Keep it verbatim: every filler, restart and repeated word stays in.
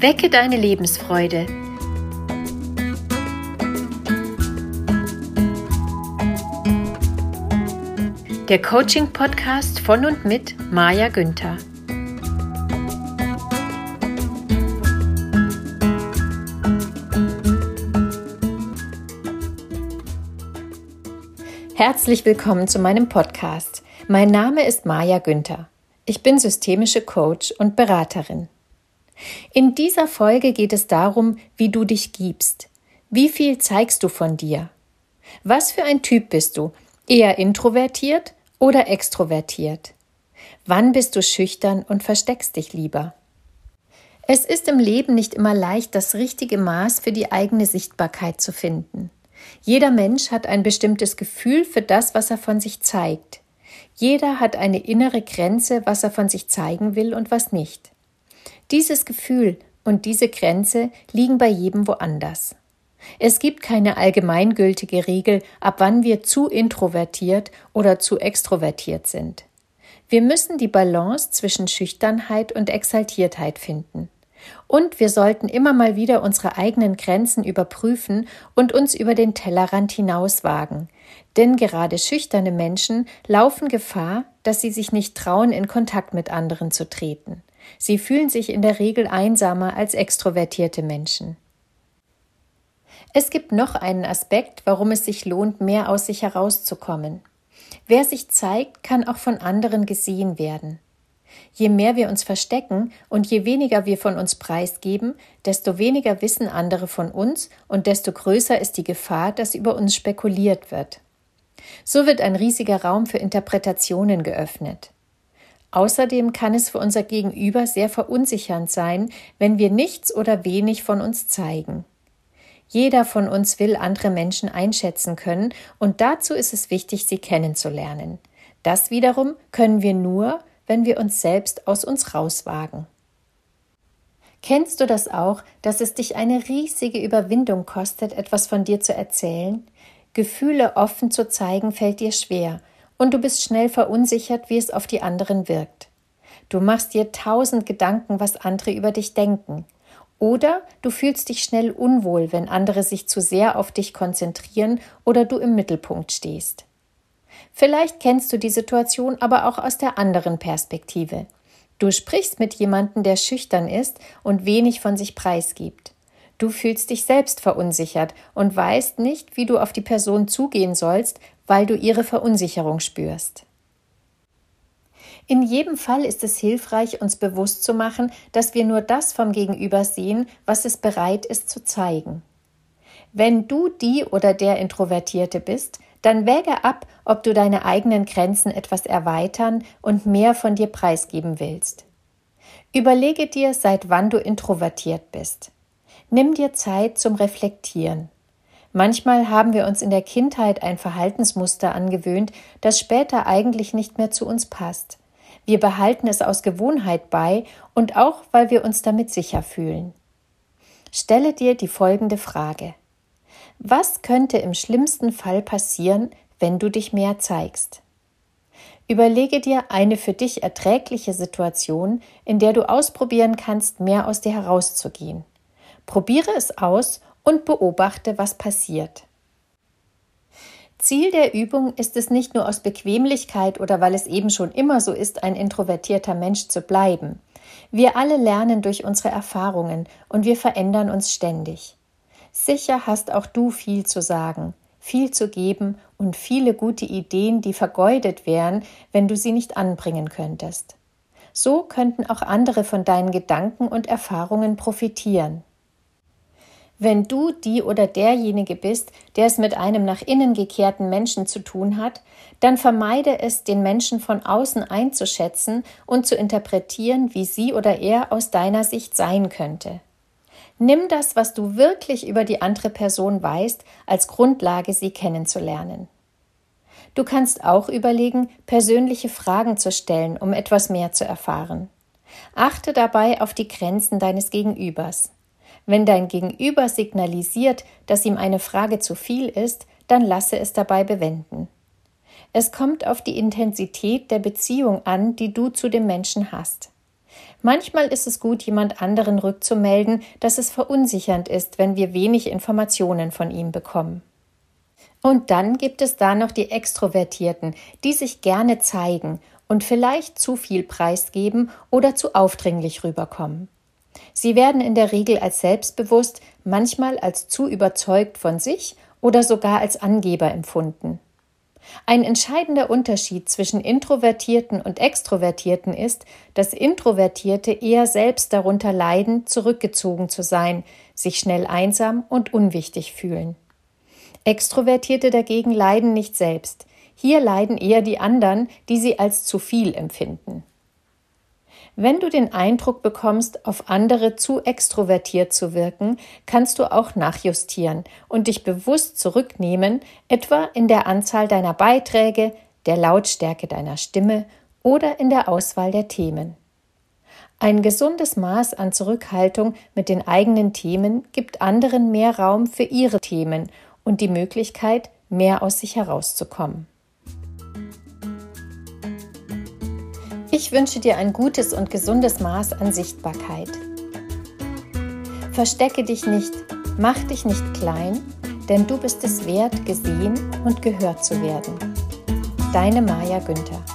Wecke deine Lebensfreude. Der Coaching-Podcast von und mit Maja Günther. Herzlich willkommen zu meinem Podcast. Mein Name ist Maja Günther. Ich bin systemische Coach und Beraterin. In dieser Folge geht es darum, wie du dich gibst. Wie viel zeigst du von dir? Was für ein Typ bist du? Eher introvertiert oder extrovertiert? Wann bist du schüchtern und versteckst dich lieber? Es ist im Leben nicht immer leicht, das richtige Maß für die eigene Sichtbarkeit zu finden. Jeder Mensch hat ein bestimmtes Gefühl für das, was er von sich zeigt. Jeder hat eine innere Grenze, was er von sich zeigen will und was nicht. Dieses Gefühl und diese Grenze liegen bei jedem woanders. Es gibt keine allgemeingültige Regel, ab wann wir zu introvertiert oder zu extrovertiert sind. Wir müssen die Balance zwischen Schüchternheit und Exaltiertheit finden. Und wir sollten immer mal wieder unsere eigenen Grenzen überprüfen und uns über den Tellerrand hinaus wagen. Denn gerade schüchterne Menschen laufen Gefahr, dass sie sich nicht trauen, in Kontakt mit anderen zu treten. Sie fühlen sich in der Regel einsamer als extrovertierte Menschen. Es gibt noch einen Aspekt, warum es sich lohnt, mehr aus sich herauszukommen. Wer sich zeigt, kann auch von anderen gesehen werden. Je mehr wir uns verstecken und je weniger wir von uns preisgeben, desto weniger wissen andere von uns und desto größer ist die Gefahr, dass über uns spekuliert wird. So wird ein riesiger Raum für Interpretationen geöffnet. Außerdem kann es für unser Gegenüber sehr verunsichernd sein, wenn wir nichts oder wenig von uns zeigen. Jeder von uns will andere Menschen einschätzen können und dazu ist es wichtig, sie kennenzulernen. Das wiederum können wir nur, wenn wir uns selbst aus uns rauswagen. Kennst du das auch, dass es dich eine riesige Überwindung kostet, etwas von dir zu erzählen? Gefühle offen zu zeigen fällt dir schwer und du bist schnell verunsichert, wie es auf die anderen wirkt. Du machst dir tausend Gedanken, was andere über dich denken. Oder du fühlst dich schnell unwohl, wenn andere sich zu sehr auf dich konzentrieren oder du im Mittelpunkt stehst. Vielleicht kennst du die Situation aber auch aus der anderen Perspektive. Du sprichst mit jemandem, der schüchtern ist und wenig von sich preisgibt. Du fühlst dich selbst verunsichert und weißt nicht, wie du auf die Person zugehen sollst, weil du ihre Verunsicherung spürst. In jedem Fall ist es hilfreich, uns bewusst zu machen, dass wir nur das vom Gegenüber sehen, was es bereit ist zu zeigen. Wenn du die oder der Introvertierte bist, dann wäge ab, ob du deine eigenen Grenzen etwas erweitern und mehr von dir preisgeben willst. Überlege dir, seit wann du introvertiert bist. Nimm dir Zeit zum Reflektieren. Manchmal haben wir uns in der Kindheit ein Verhaltensmuster angewöhnt, das später eigentlich nicht mehr zu uns passt. Wir behalten es aus Gewohnheit bei und auch, weil wir uns damit sicher fühlen. Stelle dir die folgende Frage: Was könnte im schlimmsten Fall passieren, wenn du dich mehr zeigst? Überlege dir eine für dich erträgliche Situation, in der du ausprobieren kannst, mehr aus dir herauszugehen. Probiere es aus und beobachte, was passiert. Ziel der Übung ist es nicht nur aus Bequemlichkeit oder weil es eben schon immer so ist, ein introvertierter Mensch zu bleiben. Wir alle lernen durch unsere Erfahrungen und wir verändern uns ständig. Sicher hast auch du viel zu sagen, viel zu geben und viele gute Ideen, die vergeudet wären, wenn du sie nicht anbringen könntest. So könnten auch andere von deinen Gedanken und Erfahrungen profitieren. Wenn du die oder derjenige bist, der es mit einem nach innen gekehrten Menschen zu tun hat, dann vermeide es, den Menschen von außen einzuschätzen und zu interpretieren, wie sie oder er aus deiner Sicht sein könnte. Nimm das, was du wirklich über die andere Person weißt, als Grundlage, sie kennenzulernen. Du kannst auch überlegen, persönliche Fragen zu stellen, um etwas mehr zu erfahren. Achte dabei auf die Grenzen deines Gegenübers. Wenn dein Gegenüber signalisiert, dass ihm eine Frage zu viel ist, dann lasse es dabei bewenden. Es kommt auf die Intensität der Beziehung an, die du zu dem Menschen hast. Manchmal ist es gut, jemand anderen rückzumelden, dass es verunsichernd ist, wenn wir wenig Informationen von ihm bekommen. Und dann gibt es da noch die Extrovertierten, die sich gerne zeigen und vielleicht zu viel preisgeben oder zu aufdringlich rüberkommen. Sie werden in der Regel als selbstbewusst, manchmal als zu überzeugt von sich oder sogar als Angeber empfunden. Ein entscheidender Unterschied zwischen Introvertierten und Extrovertierten ist, dass Introvertierte eher selbst darunter leiden, zurückgezogen zu sein, sich schnell einsam und unwichtig fühlen. Extrovertierte dagegen leiden nicht selbst. Hier leiden eher die anderen, die sie als zu viel empfinden. Wenn du den Eindruck bekommst, auf andere zu extrovertiert zu wirken, kannst du auch nachjustieren und dich bewusst zurücknehmen, etwa in der Anzahl deiner Beiträge, der Lautstärke deiner Stimme oder in der Auswahl der Themen. Ein gesundes Maß an Zurückhaltung mit den eigenen Themen gibt anderen mehr Raum für ihre Themen und die Möglichkeit, mehr aus sich herauszukommen. Ich wünsche dir ein gutes und gesundes Maß an Sichtbarkeit. Verstecke dich nicht, mach dich nicht klein, denn du bist es wert, gesehen und gehört zu werden. Deine Maja Günther.